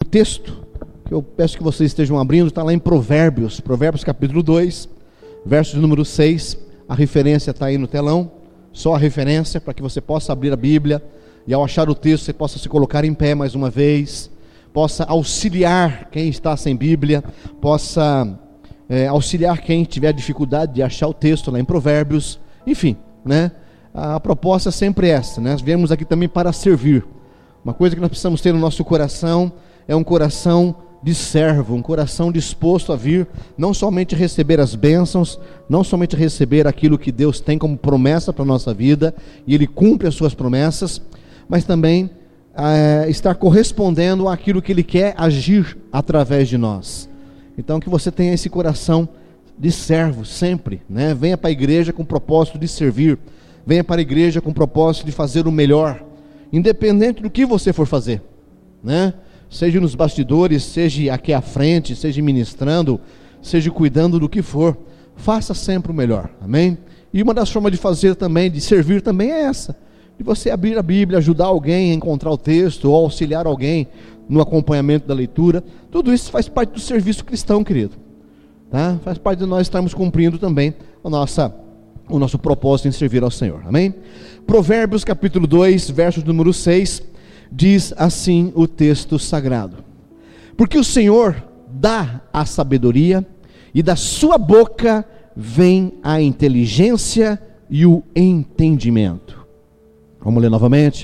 texto que eu peço que vocês estejam abrindo está lá em Provérbios capítulo 2, verso de número 6. A referência está aí no telão, só a referência para que você possa abrir a Bíblia e ao achar o texto você possa se colocar em pé mais uma vez, possa auxiliar quem está sem Bíblia, possa auxiliar quem tiver dificuldade de achar o texto lá em Provérbios. Enfim, né? A proposta é sempre essa, né? Nós viemos aqui também para servir. Uma coisa que nós precisamos ter no nosso coração é um coração de servo, um coração disposto a vir, não somente receber as bênçãos, não somente receber aquilo que Deus tem como promessa para a nossa vida, e Ele cumpre as suas promessas, mas também estar correspondendo àquilo que Ele quer agir através de nós. Então que você tenha esse coração de servo sempre, né? Venha para a igreja com o propósito de servir, venha para a igreja com o propósito de fazer o melhor, independente do que você for fazer, né? Seja nos bastidores, seja aqui à frente, seja ministrando, seja cuidando do que for, faça sempre o melhor, amém? E uma das formas de fazer também, de servir também é essa, de você abrir a Bíblia, ajudar alguém a encontrar o texto, ou auxiliar alguém no acompanhamento da leitura. Tudo isso faz parte do serviço cristão, querido, tá? Faz parte de nós estarmos cumprindo também o nosso propósito em servir ao Senhor, amém? Provérbios capítulo 2, verso número 6, diz assim o texto sagrado: porque o Senhor dá a sabedoria, e da sua boca vem a inteligência e o entendimento. Vamos ler novamente.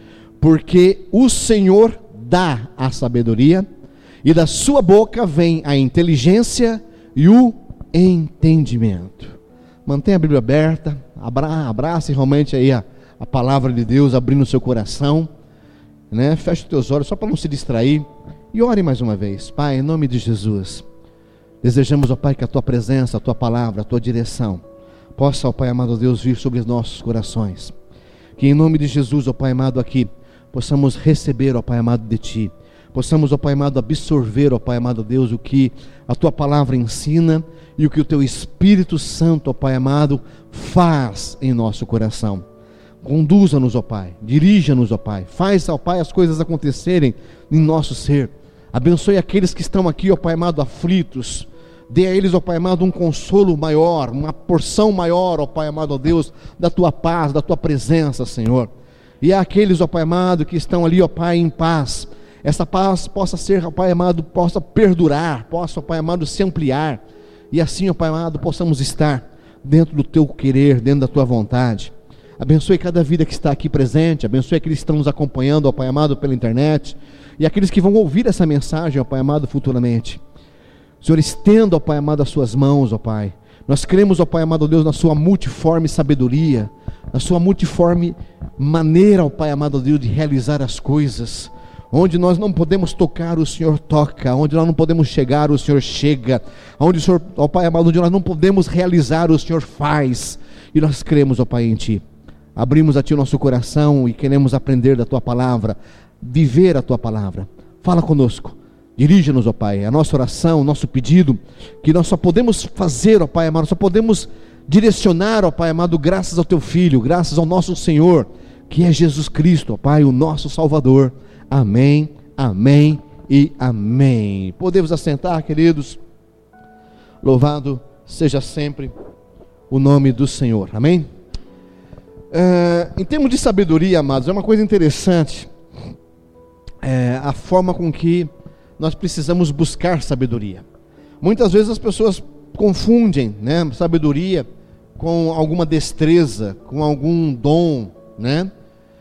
Porque o Senhor dá a sabedoria, e da sua boca vem a inteligência e o entendimento. Mantenha a Bíblia aberta, abrace realmente aí a palavra de Deus, abrindo o seu coração, né? Feche os teus olhos só para não se distrair e ore mais uma vez. Pai, em nome de Jesus, desejamos, ó Pai, que a tua presença, a tua palavra, a tua direção possa, ó Pai amado Deus, vir sobre os nossos corações. Que em nome de Jesus, ó Pai amado, aqui possamos receber, ó Pai amado, de ti. Possamos, ó Pai amado, absorver, ó Pai amado Deus, o que a tua palavra ensina e o que o teu Espírito Santo, ó Pai amado, faz em nosso coração. Conduza-nos, ó Pai, dirija-nos, ó Pai, faz, ó Pai, as coisas acontecerem em nosso ser. Abençoe aqueles que estão aqui, ó Pai amado, aflitos. Dê a eles, ó Pai amado, um consolo maior, uma porção maior, ó Pai amado, ó Deus, da tua paz, da tua presença, Senhor. E aqueles, ó Pai amado, que estão ali, ó Pai, em paz, essa paz possa ser, ó Pai amado, possa perdurar, possa, ó Pai amado, se ampliar, e assim, ó Pai amado, possamos estar dentro do teu querer, dentro da tua vontade. Abençoe cada vida que está aqui presente, abençoe aqueles que estão nos acompanhando, ó Pai amado, pela internet, e aqueles que vão ouvir essa mensagem, ó Pai amado, futuramente. Senhor, estenda, ó Pai amado, as suas mãos, ó Pai. Nós cremos, ó Pai amado Deus, na sua multiforme sabedoria, na sua multiforme maneira, ó Pai amado Deus, de realizar as coisas. Onde nós não podemos tocar, o Senhor toca. Onde nós não podemos chegar, o Senhor chega. Onde o Senhor, ó Pai amado, onde nós não podemos realizar, o Senhor faz. E nós cremos, ó Pai, em Ti. Abrimos a Ti o nosso coração e queremos aprender da Tua palavra, viver a Tua palavra. Fala conosco, dirija-nos, ó Pai, a nossa oração, o nosso pedido, que nós só podemos fazer, ó Pai amado, só podemos direcionar, ó Pai amado, graças ao Teu Filho, graças ao nosso Senhor, que é Jesus Cristo, ó Pai, o nosso Salvador. Amém, amém e amém. Podemos assentar, queridos. Louvado seja sempre o nome do Senhor, amém? Em termos de sabedoria, amados, é uma coisa interessante a forma com que nós precisamos buscar sabedoria. Muitas vezes as pessoas confundem, né, sabedoria com alguma destreza, com algum dom, né?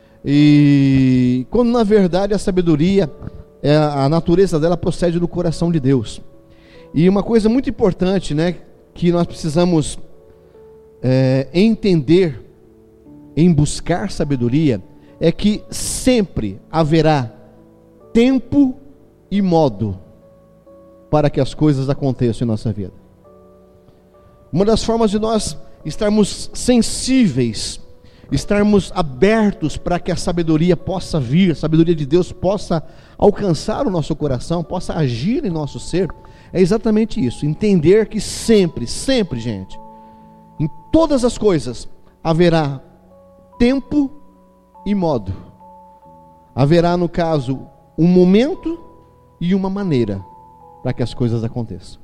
E quando na verdade a sabedoria, a natureza dela procede do coração de Deus. E uma coisa muito importante, né, que nós precisamos entender em buscar sabedoria, é que sempre haverá tempo e modo para que as coisas aconteçam em nossa vida. Uma das formas de nós estarmos sensíveis, estarmos abertos para que a sabedoria possa vir, a sabedoria de Deus possa alcançar o nosso coração, possa agir em nosso ser, é exatamente isso, entender que sempre, sempre, gente, em todas as coisas haverá tempo e modo. Haverá, no caso, um momento e uma maneira para que as coisas aconteçam.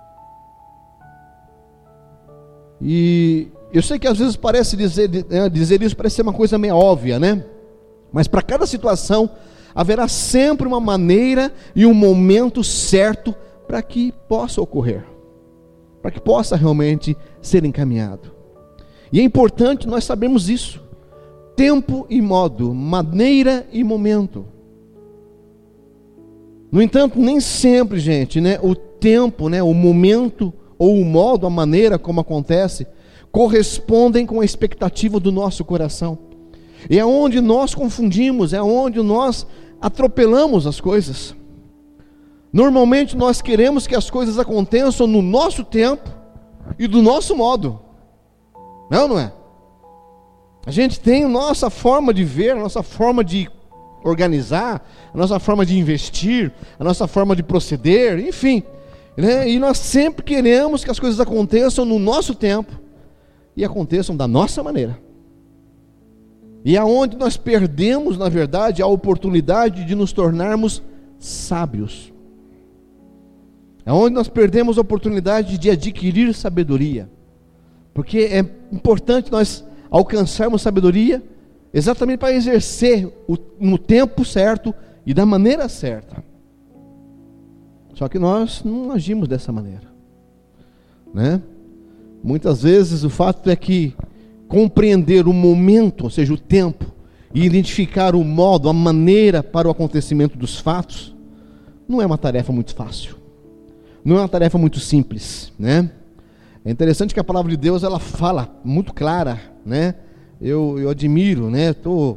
E eu sei que às vezes parece dizer isso parece ser uma coisa meio óbvia, né? Mas para cada situação haverá sempre uma maneira e um momento certo para que possa ocorrer, para que possa realmente ser encaminhado. E é importante nós sabermos isso: tempo e modo, maneira e momento. No entanto, nem sempre, gente, né, o tempo, né, o momento ou o modo, a maneira como acontece, correspondem com a expectativa do nosso coração. E é onde nós confundimos, é onde nós atropelamos as coisas. Normalmente nós queremos que as coisas aconteçam no nosso tempo e do nosso modo. Não é? A gente tem a nossa forma de ver, a nossa forma de organizar, a nossa forma de investir, a nossa forma de proceder, enfim, né? E nós sempre queremos que as coisas aconteçam no nosso tempo e aconteçam da nossa maneira. E é onde nós perdemos, na verdade, a oportunidade de nos tornarmos sábios. É onde nós perdemos a oportunidade de adquirir sabedoria. Porque é importante nós alcançarmos sabedoria exatamente para exercer no tempo certo e da maneira certa. Só que nós não agimos dessa maneira, né? Muitas vezes o fato é que compreender o momento, ou seja, o tempo, e identificar o modo, a maneira para o acontecimento dos fatos, não é uma tarefa muito fácil, não é uma tarefa muito simples, né? É interessante que a palavra de Deus, ela fala muito clara, né? Eu admiro, né? Estou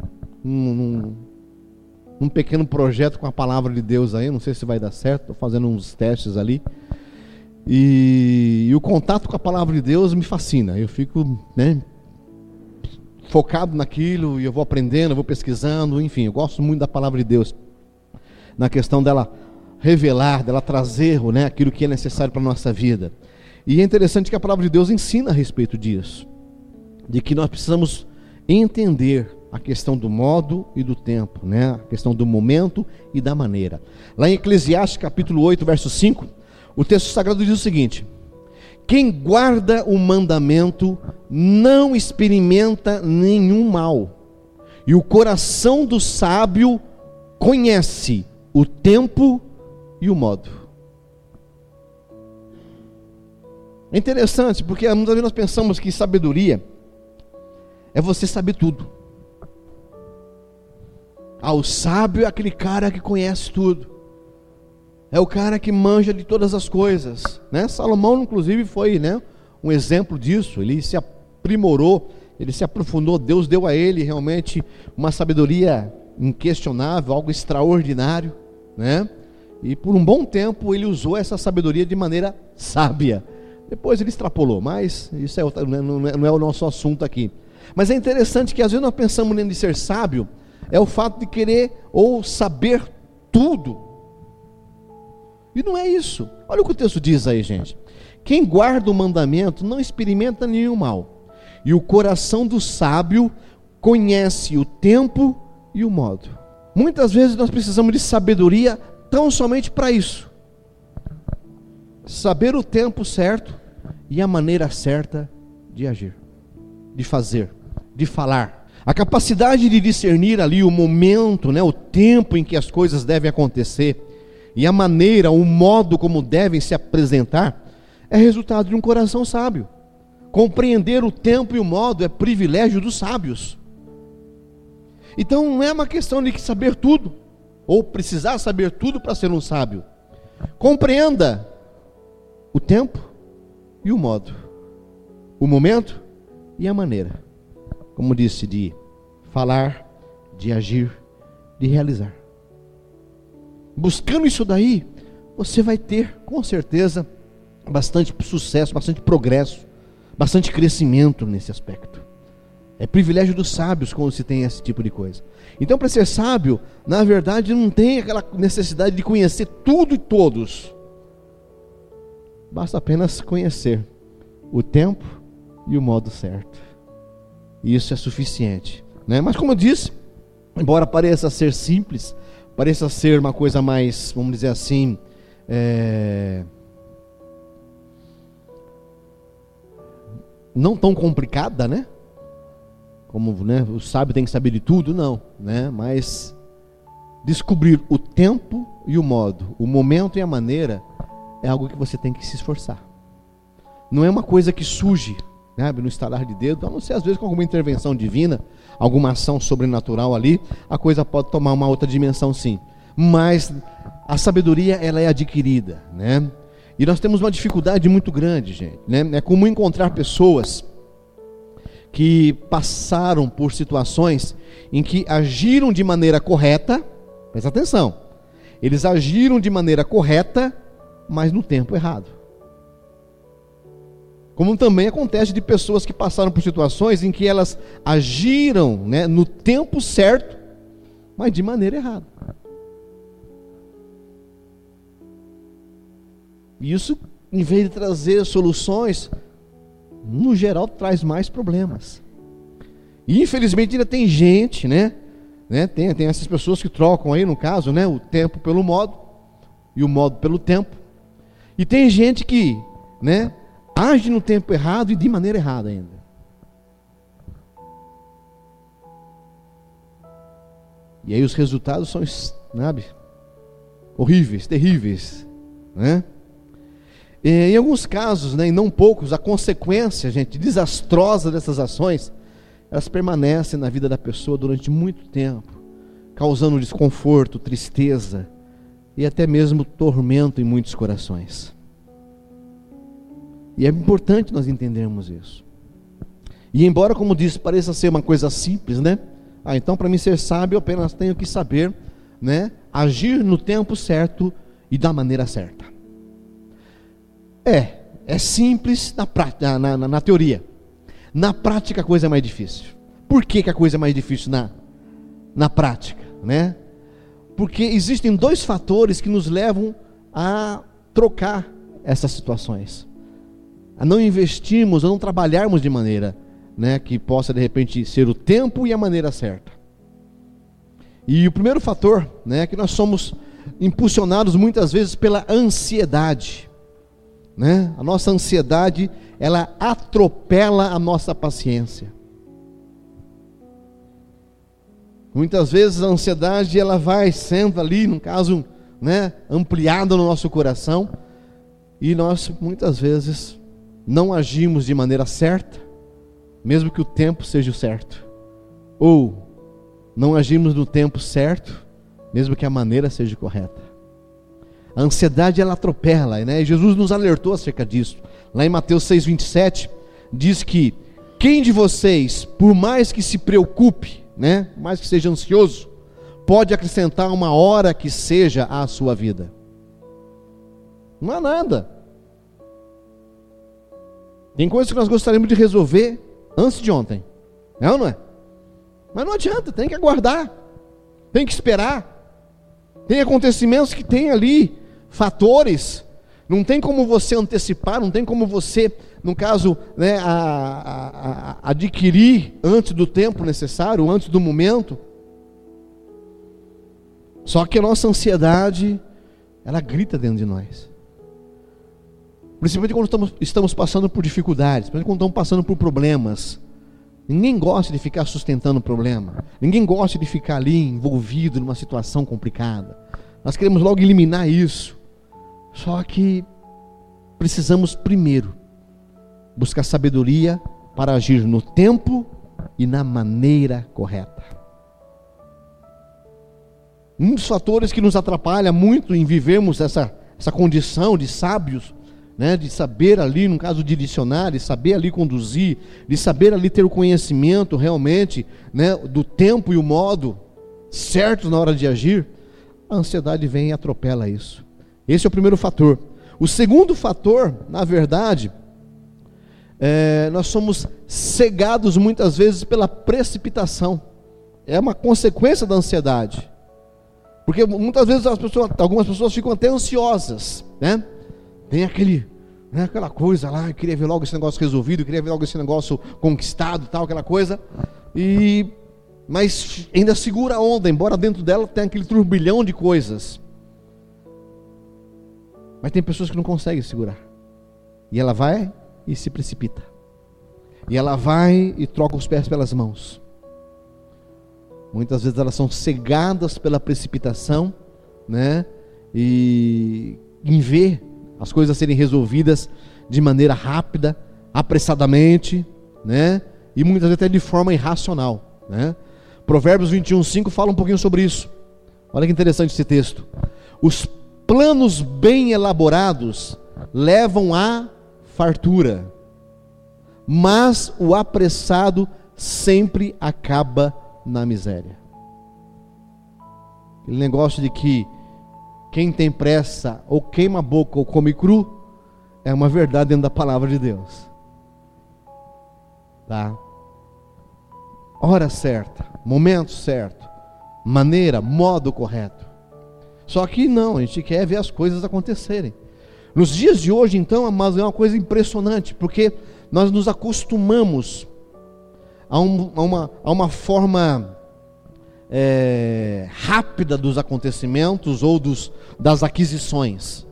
num pequeno projeto com a palavra de Deus aí, não sei se vai dar certo, estou fazendo uns testes ali, e o contato com a palavra de Deus me fascina. Eu fico, né, focado naquilo, e eu vou aprendendo, eu vou pesquisando, enfim, eu gosto muito da palavra de Deus, na questão dela revelar, dela trazer, né, aquilo que é necessário para a nossa vida. E é interessante que a palavra de Deus ensina a respeito disso, de que nós precisamos entender a questão do modo e do tempo, né? A questão do momento e da maneira. Lá em Eclesiastes capítulo 8, verso 5, o texto sagrado diz o seguinte: quem guarda o mandamento não experimenta nenhum mal, e o coração do sábio conhece o tempo e o modo. É interessante, porque muitas vezes nós pensamos que sabedoria é você saber tudo. O sábio é aquele cara que conhece tudo, é o cara que manja de todas as coisas, né? Salomão, inclusive, foi, né, um exemplo disso. Ele se aprimorou, ele se aprofundou. Deus deu a ele realmente uma sabedoria inquestionável, algo extraordinário, né? E por um bom tempo ele usou essa sabedoria de maneira sábia. Depois ele extrapolou, mas isso não é o nosso assunto aqui. Mas é interessante que às vezes nós pensamos em ser sábio, é o fato de querer ou saber tudo. E não é isso. Olha o que o texto diz aí, gente: quem guarda o mandamento não experimenta nenhum mal, e o coração do sábio conhece o tempo e o modo. Muitas vezes nós precisamos de sabedoria tão somente para isso: saber o tempo certo e a maneira certa de agir, de fazer, de falar. A capacidade de discernir ali o momento, né, o tempo em que as coisas devem acontecer, e a maneira, o modo como devem se apresentar, é resultado de um coração sábio. Compreender o tempo e o modo é privilégio dos sábios. Então não é uma questão de saber tudo, ou precisar saber tudo para ser um sábio. Compreenda o tempo e o modo, o momento e a maneira, como disse, de falar, de agir, de realizar. Buscando isso daí, você vai ter, com certeza, bastante sucesso, bastante progresso, bastante crescimento nesse aspecto. É privilégio dos sábios quando se tem esse tipo de coisa. Então, para ser sábio, na verdade, não tem aquela necessidade de conhecer tudo e todos. Basta apenas conhecer o tempo e o modo certo. E isso é suficiente, né? Mas como eu disse, embora pareça ser simples, pareça ser uma coisa mais, vamos dizer assim, não tão complicada, né? Como, né, o sábio tem que saber de tudo, não, né? Mas descobrir o tempo e o modo, o momento e a maneira, é algo que você tem que se esforçar. Não é uma coisa que surge, né, no estalar de dedo, a não ser às vezes com alguma intervenção divina, alguma ação sobrenatural ali, a coisa pode tomar uma outra dimensão, sim. Mas a sabedoria, ela é adquirida, né? E nós temos uma dificuldade muito grande, gente, né? É comum encontrar pessoas que passaram por situações em que agiram de maneira correta, presta atenção, eles agiram de maneira correta, mas no tempo errado. Como também acontece de pessoas que passaram por situações em que elas agiram, né, no tempo certo, mas de maneira errada. Isso, em vez de trazer soluções, no geral traz mais problemas. E infelizmente ainda tem gente, né, tem essas pessoas que trocam aí, no caso, né, o tempo pelo modo e o modo pelo tempo. E tem gente que, né, age no tempo errado e de maneira errada ainda. E aí os resultados são, sabe, horríveis, terríveis, né? E em alguns casos, né, e não poucos, a consequência, gente, desastrosa dessas ações, elas permanecem na vida da pessoa durante muito tempo, causando desconforto, tristeza e até mesmo tormento em muitos corações. E é importante nós entendermos isso. E embora, como disse, pareça ser uma coisa simples, né? Então para mim ser sábio eu apenas tenho que saber, né, agir no tempo certo e da maneira certa. É simples na teoria. Na prática a coisa é mais difícil. Por que a coisa é mais difícil na prática, né? Porque existem dois fatores que nos levam a trocar essas situações, a não investirmos, a não trabalharmos de maneira, né, que possa de repente ser o tempo e a maneira certa. E o primeiro fator, né, é que nós somos impulsionados muitas vezes pela ansiedade, né? A nossa ansiedade, ela atropela a nossa paciência. Muitas vezes a ansiedade, ela vai sendo ali, no caso, né, ampliada no nosso coração, e nós muitas vezes não agimos de maneira certa, mesmo que o tempo seja o certo, ou não agimos no tempo certo, mesmo que a maneira seja correta. A ansiedade, ela atropela, né? E Jesus nos alertou acerca disso. Lá em Mateus 6,27, diz que quem de vocês, por mais que se preocupe, né, por mais que seja ansioso, pode acrescentar uma hora que seja à sua vida? Não há nada. Tem coisas que nós gostaríamos de resolver antes de ontem, é ou não é? Mas não adianta, tem que aguardar, tem que esperar. Tem acontecimentos que tem ali fatores, não tem como você antecipar, não tem como você, no caso, né, adquirir antes do tempo necessário, antes do momento. Só que a nossa ansiedade, ela grita dentro de nós. Principalmente quando estamos passando por dificuldades, principalmente quando estamos passando por problemas. Ninguém gosta de ficar sustentando o problema. Ninguém gosta de ficar ali envolvido numa situação complicada. Nós queremos logo eliminar isso. Só que precisamos primeiro buscar sabedoria para agir no tempo e na maneira correta. Um dos fatores que nos atrapalha muito em vivermos essa condição de sábios, né, de saber ali, no caso direcionar, de saber ali conduzir, de saber ali ter o conhecimento realmente, né, do tempo e o modo certo na hora de agir, a ansiedade vem e atropela isso. Esse é o primeiro fator. O segundo fator, na verdade, nós somos cegados muitas vezes pela precipitação. É uma consequência da ansiedade. Porque muitas vezes algumas pessoas ficam até ansiosas, né? Tem aquela coisa lá, eu queria ver logo esse negócio resolvido, eu queria ver logo esse negócio conquistado, tal, aquela coisa. E mas ainda segura a onda, embora dentro dela tenha aquele turbilhão de coisas. Mas tem pessoas que não conseguem segurar, e ela vai e se precipita, e ela vai e troca os pés pelas mãos. Muitas vezes elas são cegadas pela precipitação, né? E em ver as coisas serem resolvidas de maneira rápida, apressadamente, né? E muitas vezes até de forma irracional, né? Provérbios 21:5 fala um pouquinho sobre isso. Olha que interessante esse texto. Os planos bem elaborados levam à fartura, mas o apressado sempre acaba na miséria. Aquele negócio de que quem tem pressa ou queima a boca ou come cru é uma verdade dentro da palavra de Deus, tá? Hora certa, momento certo, maneira, modo correto. Só que não, a gente quer ver as coisas acontecerem. Nos dias de hoje, então, amados, é uma coisa impressionante, porque nós nos acostumamos a uma forma rápida dos acontecimentos ou das aquisições.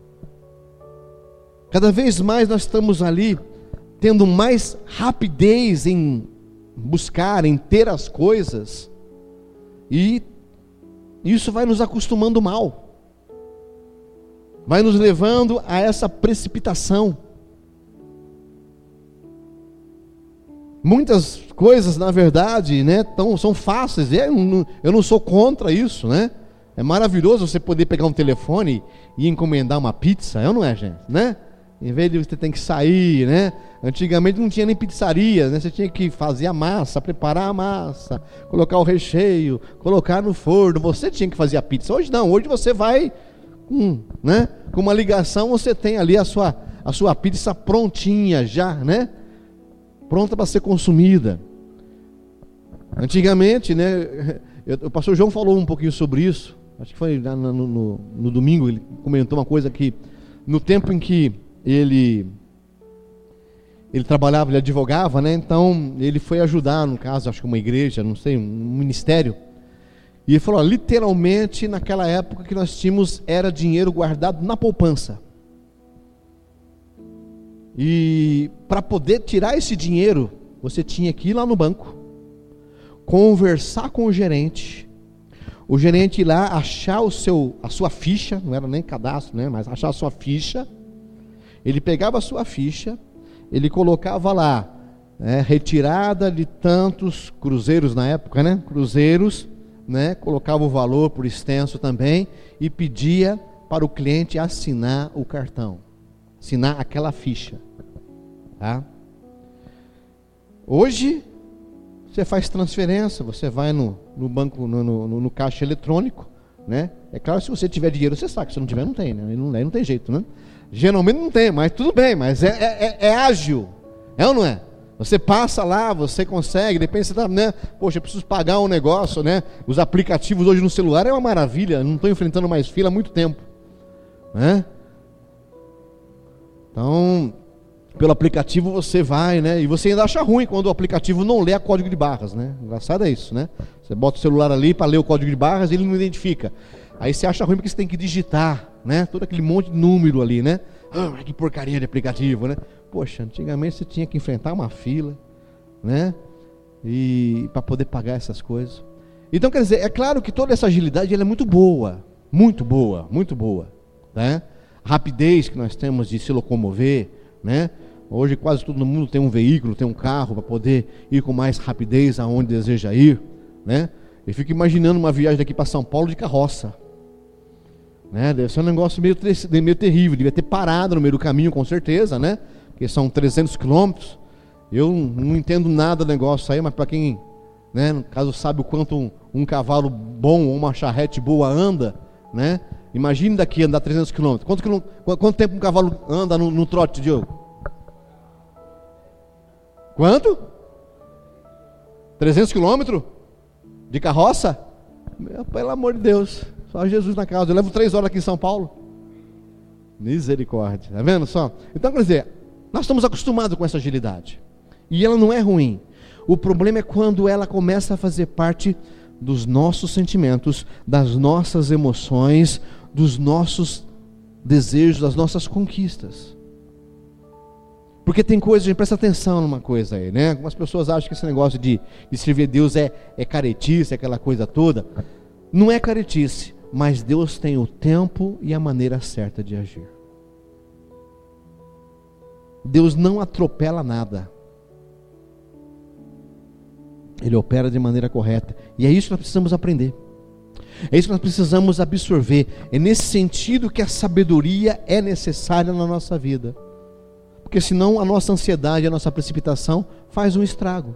Cada vez mais nós estamos ali tendo mais rapidez em buscar, em ter as coisas, e isso vai nos acostumando mal, vai nos levando a essa precipitação. Muitas coisas, na verdade, né, são fáceis. Eu não sou contra isso, né? É maravilhoso você poder pegar um telefone e encomendar uma pizza, é ou não é, gente? Né? Em vez de você ter que sair, né? Antigamente não tinha nem pizzaria, né? Você tinha que fazer a massa, preparar a massa, colocar o recheio, colocar no forno. Você tinha que fazer a pizza. Hoje não, hoje você vai, né? Com uma ligação você tem ali a sua pizza prontinha já, né? Pronta para ser consumida. Antigamente, né, o pastor João falou um pouquinho sobre isso, acho que foi no domingo. Ele comentou uma coisa que no tempo em que ele trabalhava, ele advogava, né, então ele foi ajudar, no caso, acho que uma igreja, não sei, um ministério, e ele falou, ó, literalmente naquela época que nós tínhamos, era dinheiro guardado na poupança. E para poder tirar esse dinheiro, você tinha que ir lá no banco, conversar com o gerente ir lá achar a sua ficha, não era nem cadastro, né, mas achar a sua ficha. Ele pegava a sua ficha, ele colocava lá, retirada de tantos cruzeiros na época, né, cruzeiros, né, colocava o valor por extenso também e pedia para o cliente assinar o cartão, assinar aquela ficha, tá? Hoje você faz transferência, você vai no banco, no caixa eletrônico, né? É claro, se você tiver dinheiro você saca, se não tiver não tem, né? Não tem jeito, né? Geralmente não tem, mas tudo bem, mas é ágil, é ou não é? Você passa lá, você consegue, depende, você está, né? Poxa, eu preciso pagar um negócio, né? Os aplicativos hoje no celular é uma maravilha, não estou enfrentando mais fila há muito tempo, né? Então, pelo aplicativo você vai, né? E você ainda acha ruim quando o aplicativo não lê a código de barras, né? Engraçado é isso, né? Você bota o celular ali para ler o código de barras e ele não identifica. Aí você acha ruim porque você tem que digitar, né? Todo aquele monte de número ali, né? Ah, que porcaria de aplicativo, né? Poxa, antigamente você tinha que enfrentar uma fila, né? E para poder pagar essas coisas. Então, quer dizer, é claro que toda essa agilidade ela é muito boa, muito boa, muito boa, né? A rapidez que nós temos de se locomover, né? Hoje quase todo mundo tem um veículo, tem um carro para poder ir com mais rapidez aonde deseja ir, né? Eu fico imaginando uma viagem daqui para São Paulo de carroça, né? Deve ser um negócio meio terrível, devia ter parado no meio do caminho com certeza, né? Porque são 300 quilômetros. Eu não entendo nada do negócio aí, mas para quem, né, no caso sabe o quanto um cavalo bom ou uma charrete boa anda, né? Imagine daqui andar 300 quilômetros. Quanto tempo um cavalo anda no trote, Diogo? Quanto? 300 quilômetros? De carroça? Pelo amor de Deus, só Jesus na casa. Eu levo 3 horas aqui em São Paulo. Misericórdia, tá vendo só? Então, quer dizer, nós estamos acostumados com essa agilidade, e ela não é ruim. O problema é quando ela começa a fazer parte dos nossos sentimentos, das nossas emoções, dos nossos desejos, das nossas conquistas. Porque tem coisa, a gente presta atenção numa coisa aí, né? Algumas pessoas acham que esse negócio de servir a Deus é caretice, aquela coisa toda. Não é caretice, mas Deus tem o tempo e a maneira certa de agir. Deus não atropela nada. Ele opera de maneira correta. E é isso que nós precisamos aprender. É isso que nós precisamos absorver. É nesse sentido que a sabedoria é necessária na nossa vida. Porque senão a nossa ansiedade, a nossa precipitação faz um estrago.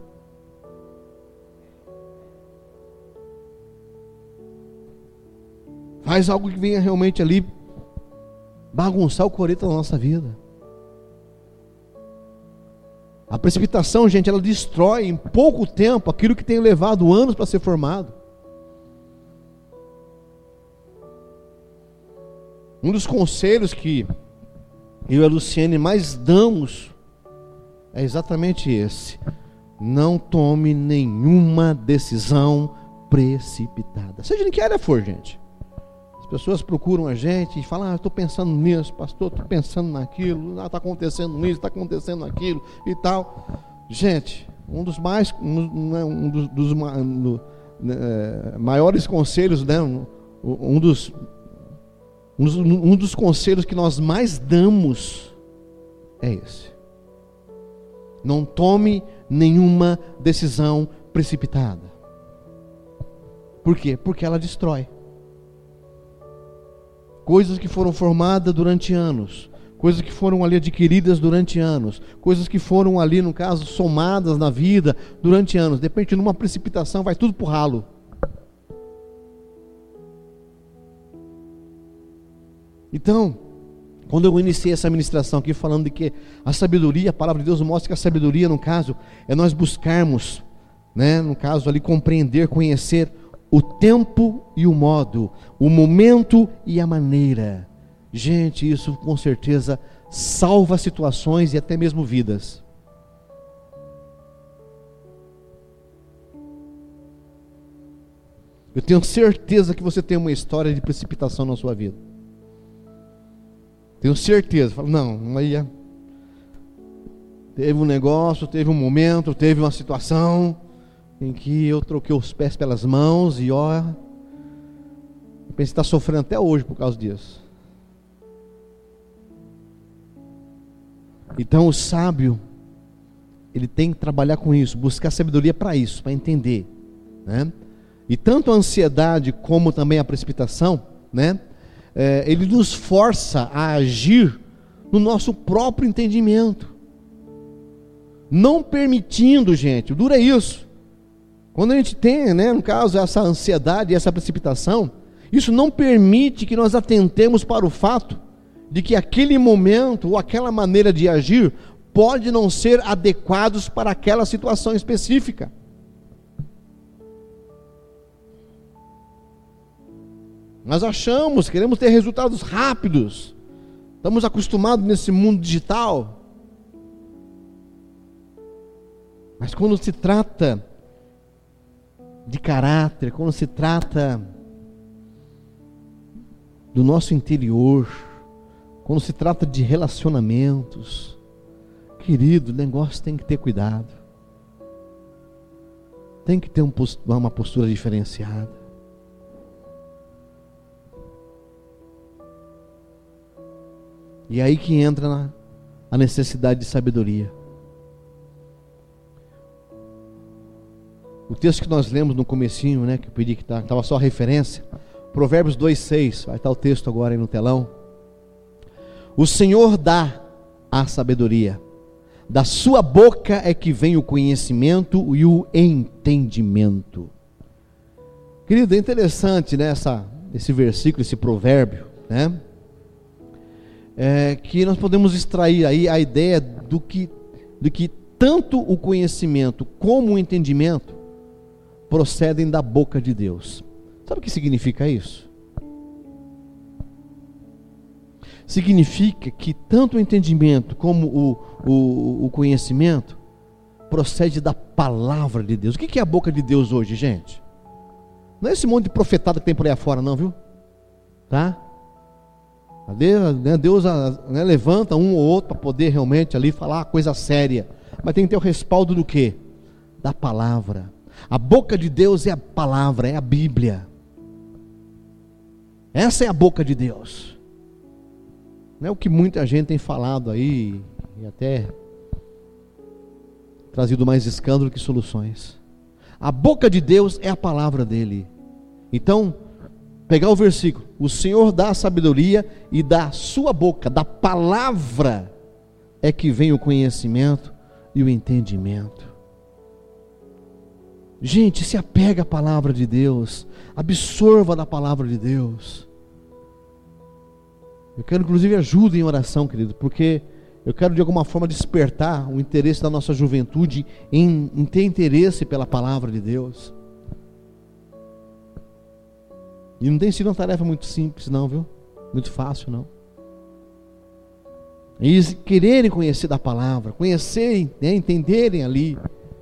Faz algo que venha realmente ali bagunçar o coreto da nossa vida. A precipitação, gente, ela destrói em pouco tempo aquilo que tem levado anos para ser formado. Um dos conselhos que eu e a Luciene mais damos é exatamente esse: não tome nenhuma decisão precipitada, seja em que área for, gente. As pessoas procuram a gente e falam: estou pensando nisso, pastor, estou pensando naquilo, está acontecendo isso, está acontecendo aquilo e tal. Gente, um dos maiores conselhos, né? um dos conselhos que nós mais damos é esse: não tome nenhuma decisão precipitada. Por quê? Porque ela destrói. Coisas que foram formadas durante anos, coisas que foram ali adquiridas durante anos, coisas que foram ali, no caso, somadas na vida durante anos. De repente, numa precipitação, vai tudo pro ralo. Então, quando eu iniciei essa ministração aqui falando de que a sabedoria, a palavra de Deus mostra que a sabedoria, no caso, é nós buscarmos, né, no caso ali, compreender, conhecer o tempo e o modo, o momento e a maneira. Gente, isso com certeza salva situações e até mesmo vidas. Eu tenho certeza que você tem uma história de precipitação na sua vida. Tenho certeza. Falo, não, aí teve um negócio, teve um momento, teve uma situação em que eu troquei os pés pelas mãos e ó, eu penso que está sofrendo até hoje por causa disso. Então o sábio, ele tem que trabalhar com isso, buscar sabedoria para isso, para entender, né? E tanto a ansiedade como também a precipitação, né? Ele nos força a agir no nosso próprio entendimento, não permitindo, gente, o duro é isso. Quando a gente tem, né, no caso, essa ansiedade, essa precipitação, isso não permite que nós atentemos para o fato de que aquele momento ou aquela maneira de agir pode não ser adequados para aquela situação específica. Nós achamos, queremos ter resultados rápidos, estamos acostumados nesse mundo digital, mas quando se trata de caráter, quando se trata do nosso interior, quando se trata de relacionamentos, querido, o negócio tem que ter cuidado, tem que ter uma postura diferenciada. E aí que entra a necessidade de sabedoria. O texto que nós lemos no comecinho, né, que eu pedi que estava só a referência, Provérbios 2:6, vai estar o texto agora aí no telão. O Senhor dá a sabedoria, da sua boca é que vem o conhecimento e o entendimento. Querido, é interessante, né, esse versículo, esse provérbio, né, que nós podemos extrair aí a ideia do que tanto o conhecimento como o entendimento procedem da boca de Deus. Sabe o que significa isso? Significa que tanto o entendimento como o conhecimento procede da palavra de Deus. O que é a boca de Deus hoje, gente? Não é esse monte de profetada que tem por aí afora, não, viu? Tá? Deus levanta um ou outro para poder realmente ali falar coisa séria. Mas tem que ter o respaldo do quê? Da palavra. A boca de Deus é a palavra, é a Bíblia. Essa é a boca de Deus. Não é o que muita gente tem falado aí, e até trazido mais escândalo que soluções. A boca de Deus é a palavra dele. Então, pegar o versículo: o Senhor dá a sabedoria, e da sua boca, da palavra, é que vem o conhecimento e o entendimento. Gente, se apega à palavra de Deus, absorva da palavra de Deus. Eu quero inclusive ajuda em oração, querido, porque eu quero de alguma forma despertar o interesse da nossa juventude em ter interesse pela palavra de Deus. E não tem sido uma tarefa muito simples não, viu? Muito fácil não. Eles quererem conhecer da palavra, conhecerem, entenderem ali.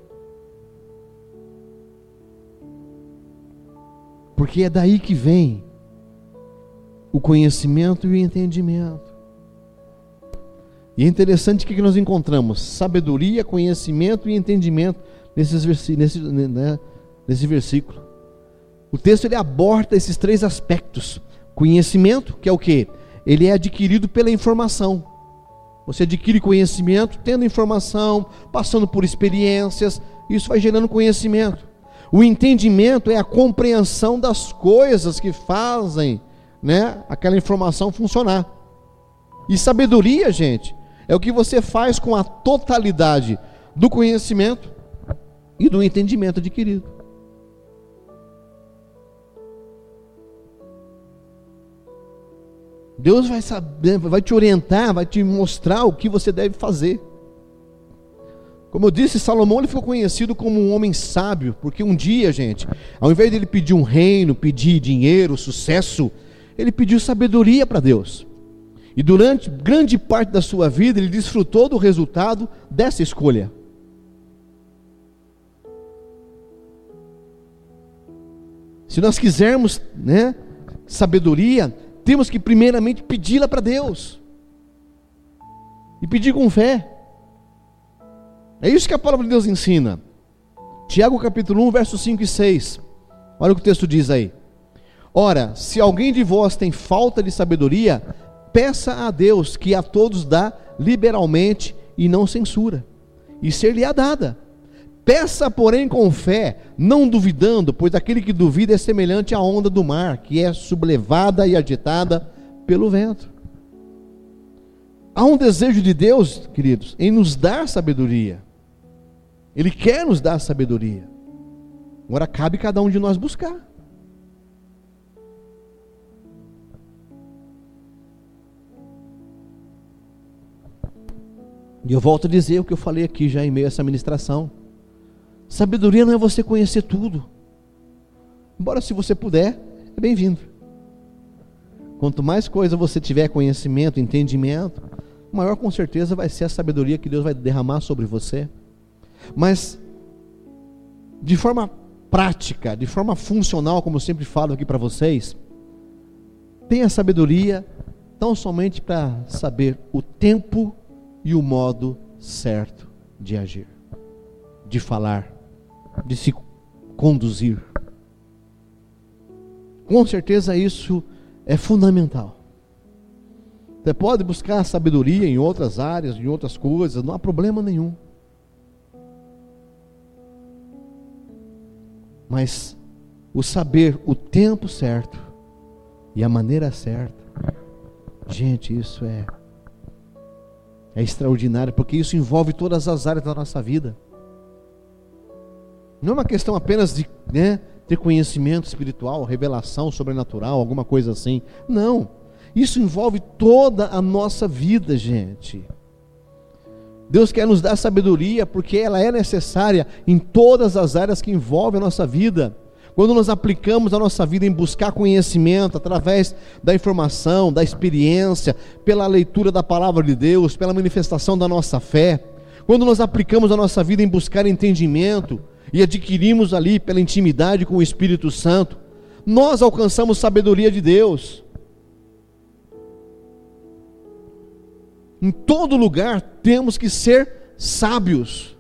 Porque é daí que vem o conhecimento e o entendimento. E é interessante que nós encontramos sabedoria, conhecimento e entendimento nesse versículo. O texto ele aborda esses três aspectos. Conhecimento, que é o quê? Ele é adquirido pela informação. Você adquire conhecimento tendo informação, passando por experiências, isso vai gerando conhecimento. O entendimento é a compreensão das coisas que fazem, aquela informação funcionar. E sabedoria, gente, é o que você faz com a totalidade do conhecimento e do entendimento adquirido. Deus vai saber, vai te orientar, vai te mostrar o que você deve fazer. Como eu disse, Salomão ele ficou conhecido como um homem sábio, porque um dia, gente, ao invés de ele pedir um reino, pedir dinheiro, sucesso, ele pediu sabedoria para Deus. E durante grande parte da sua vida, ele desfrutou do resultado dessa escolha. Se nós quisermos, sabedoria, temos que primeiramente pedi-la para Deus. E pedir com fé. É isso que a palavra de Deus ensina. Tiago capítulo 1, versos 5 e 6. Olha o que o texto diz aí. Ora, se alguém de vós tem falta de sabedoria, peça a Deus, que a todos dá liberalmente e não censura, e ser-lhe-á dada. Peça, porém, com fé, não duvidando, pois aquele que duvida é semelhante à onda do mar, que é sublevada e agitada pelo vento. Há um desejo de Deus, queridos, em nos dar sabedoria. Ele quer nos dar sabedoria. Agora cabe cada um de nós buscar. E eu volto a dizer o que eu falei aqui já em meio a essa ministração. Sabedoria não é você conhecer tudo. Embora se você puder, é bem-vindo. Quanto mais coisa você tiver, conhecimento, entendimento, maior com certeza vai ser a sabedoria que Deus vai derramar sobre você. Mas de forma prática, de forma funcional, como eu sempre falo aqui para vocês, tenha sabedoria tão somente para saber o tempo e o modo certo de agir, de falar, de se conduzir. Com certeza isso é fundamental. Você pode buscar sabedoria em outras áreas, em outras coisas, não há problema nenhum. Mas o saber o tempo certo e a maneira certa, gente, isso é extraordinário, porque isso envolve todas as áreas da nossa vida. Não é uma questão apenas de ter conhecimento espiritual, revelação sobrenatural, alguma coisa assim. Não, isso envolve toda a nossa vida, gente. Deus quer nos dar sabedoria, porque ela é necessária em todas as áreas que envolvem a nossa vida. Quando nós aplicamos a nossa vida em buscar conhecimento, através da informação, da experiência, pela leitura da palavra de Deus, pela manifestação da nossa fé, quando nós aplicamos a nossa vida em buscar entendimento e adquirimos ali pela intimidade com o Espírito Santo, nós alcançamos sabedoria de Deus. Em todo lugar temos que ser sábios,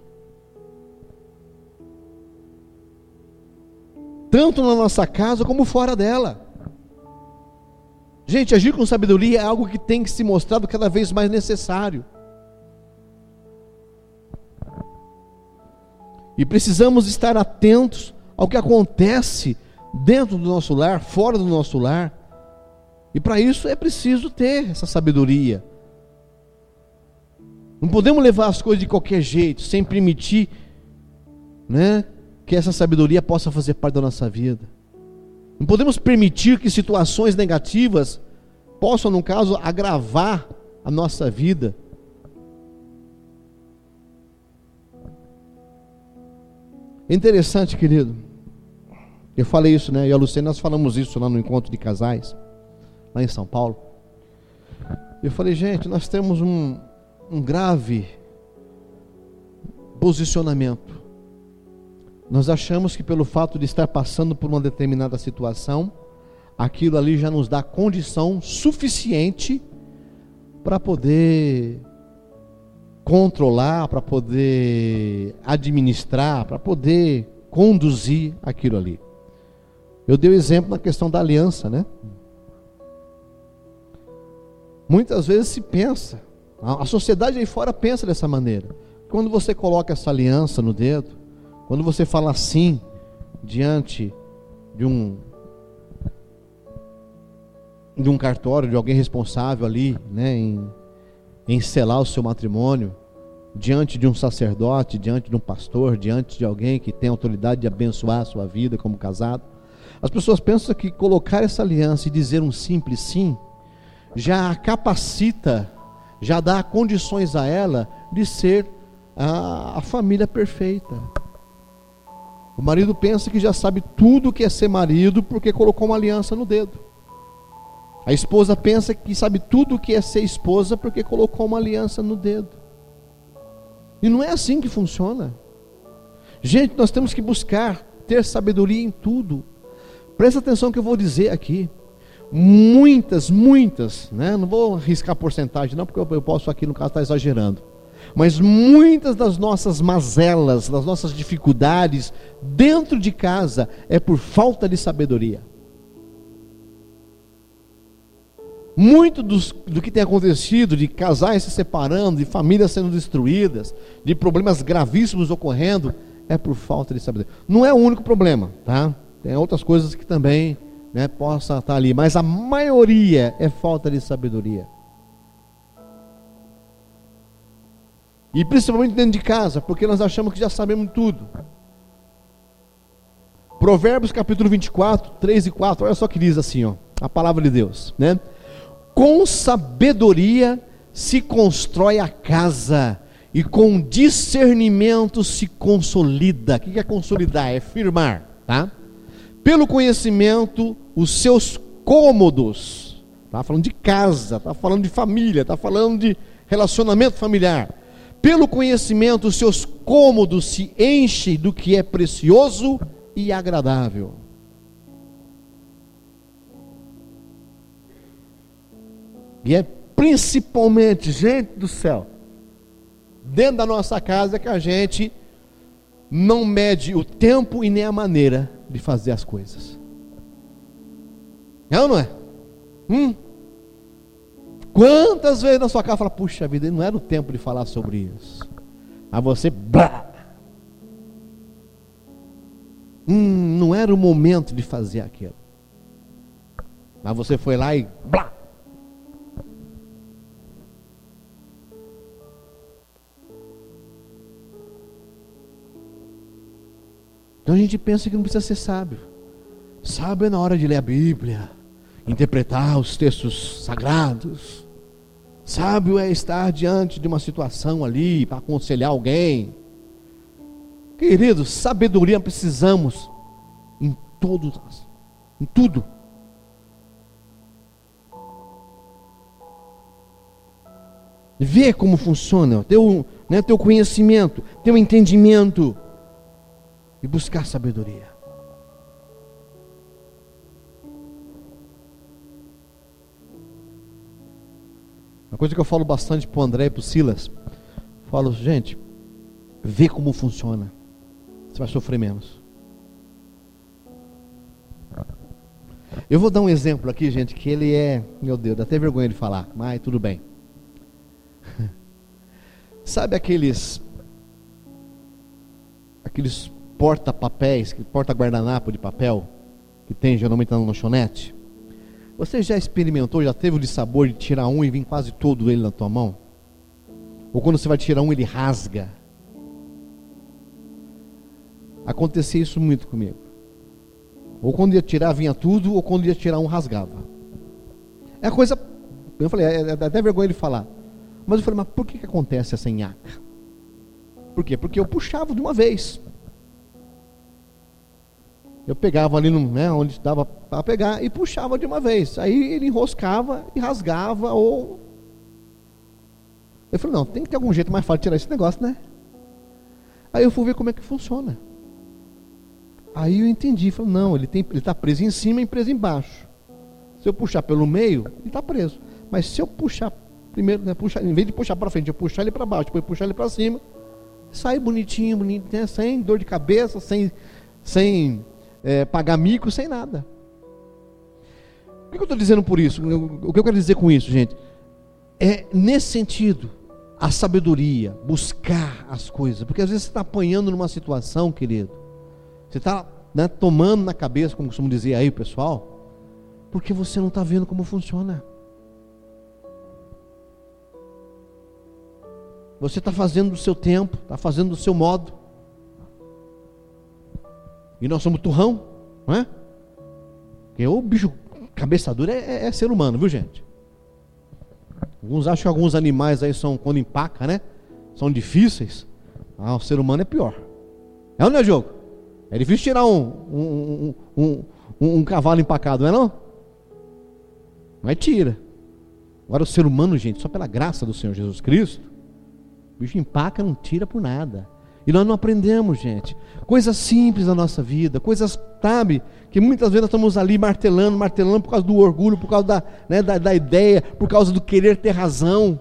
tanto na nossa casa como fora dela. Gente, agir com sabedoria é algo que tem que se mostrado cada vez mais necessário. E precisamos estar atentos ao que acontece dentro do nosso lar, fora do nosso lar. E para isso é preciso ter essa sabedoria. Não podemos levar as coisas de qualquer jeito, sem permitir, né, que essa sabedoria possa fazer parte da nossa vida. Não podemos permitir que situações negativas possam, no caso, agravar a nossa vida. É interessante, querido. Eu falei isso, né? Eu e a Luciana, nós falamos isso lá no encontro de casais, lá em São Paulo. Eu falei, gente, nós temos um grave posicionamento. Nós achamos que pelo fato de estar passando por uma determinada situação, aquilo ali já nos dá condição suficiente para poder controlar, para poder administrar, para poder conduzir aquilo ali. Eu dei o exemplo na questão da aliança, né? Muitas vezes se pensa, a sociedade aí fora pensa dessa maneira. Quando você coloca essa aliança no dedo, quando você fala assim diante de um cartório, de alguém responsável ali, né, em selar o seu matrimônio, diante de um sacerdote, diante de um pastor, diante de alguém que tem autoridade de abençoar a sua vida como casado, as pessoas pensam que colocar essa aliança e dizer um simples sim, já a capacita, já dá condições a ela de ser a família perfeita. O marido pensa que já sabe tudo o que é ser marido porque colocou uma aliança no dedo. A esposa pensa que sabe tudo o que é ser esposa porque colocou uma aliança no dedo. E não é assim que funciona. Gente, nós temos que buscar ter sabedoria em tudo. Presta atenção no que eu vou dizer aqui. Muitas, né? Não vou arriscar porcentagem não, porque eu posso aqui no caso estar exagerando. Mas muitas das nossas mazelas, das nossas dificuldades dentro de casa é por falta de sabedoria. Muito do que tem acontecido, de casais se separando, de famílias sendo destruídas, de problemas gravíssimos ocorrendo, é por falta de sabedoria. Não é o único problema, tá? Tem outras coisas que também, né, possa estar ali, mas a maioria é falta de sabedoria. E principalmente dentro de casa, porque nós achamos que já sabemos tudo. Provérbios capítulo 24, 3 e 4, olha só o que diz assim, ó, a palavra de Deus, né? Com sabedoria se constrói a casa, e com discernimento se consolida. O que é consolidar? É firmar, tá? Pelo conhecimento, os seus cômodos, está falando de casa, está falando de família, está falando de relacionamento familiar. Pelo conhecimento, os seus cômodos se enchem do que é precioso e agradável. E é principalmente, gente do céu, dentro da nossa casa que a gente não mede o tempo e nem a maneira de fazer as coisas. É ou não é? Quantas vezes na sua casa fala, puxa vida, não era o tempo de falar sobre isso. Aí você, blá. Não era o momento de fazer aquilo. Mas você foi lá e blá. Então a gente pensa que não precisa ser sábio. Sábio é na hora de ler a Bíblia, interpretar os textos sagrados. Sábio é estar diante de uma situação ali para aconselhar alguém. Queridos, sabedoria precisamos em tudo. Ver como funciona. né? Ter o conhecimento, ter o entendimento e buscar sabedoria. Uma coisa que eu falo bastante para o André e para o Silas, falo, gente, vê como funciona, você vai sofrer menos. Eu vou dar um exemplo aqui, gente, que ele é, meu Deus, dá até vergonha de falar, mas tudo bem. Sabe aqueles porta-papéis, porta-guardanapo de papel, que tem geralmente na lanchonete? Você já experimentou, já teve o de sabor de tirar um e vir quase todo ele na tua mão? Ou quando você vai tirar um, ele rasga? Acontecia isso muito comigo. Ou quando ia tirar, vinha tudo, ou quando ia tirar um, rasgava. É a coisa, eu falei, é até vergonha de falar. Mas eu falei, mas por que acontece essa nhaca? Por quê? Porque eu puxava de uma vez. Eu pegava ali onde dava para pegar e puxava de uma vez. Aí ele enroscava e rasgava, ou... Eu falei, não, tem que ter algum jeito mais fácil de tirar esse negócio, né? Aí eu fui ver como é que funciona. Aí eu entendi, falei, não, ele está preso em cima e preso embaixo. Se eu puxar pelo meio, ele está preso. Mas se eu puxar primeiro, né, em vez de puxar para frente, eu puxar ele para baixo, depois puxar ele para cima, sai bonitinho, né, sem dor de cabeça, sem pagar mico, sem nada. O que eu estou dizendo por isso? O que eu quero dizer com isso, gente? É nesse sentido, a sabedoria, buscar as coisas, porque às vezes você está apanhando numa situação, querido, você está, né, tomando na cabeça, como costumam dizer aí o pessoal, porque você não está vendo como funciona. Você está fazendo do seu tempo, está fazendo do seu modo. E nós somos turrão, não é? Porque o bicho cabeça dura é ser humano, viu, gente? Alguns acham que alguns animais aí são, quando empaca, né? São difíceis. O ser humano é pior. É ou não é, Diogo? É difícil tirar um cavalo empacado, não é não? Mas tira. Agora o ser humano, gente, só pela graça do Senhor Jesus Cristo, o bicho empaca, não tira por nada. E nós não aprendemos, gente. Coisas simples da nossa vida, coisas, sabe, que muitas vezes nós estamos ali martelando por causa do orgulho, por causa da ideia, por causa do querer ter razão.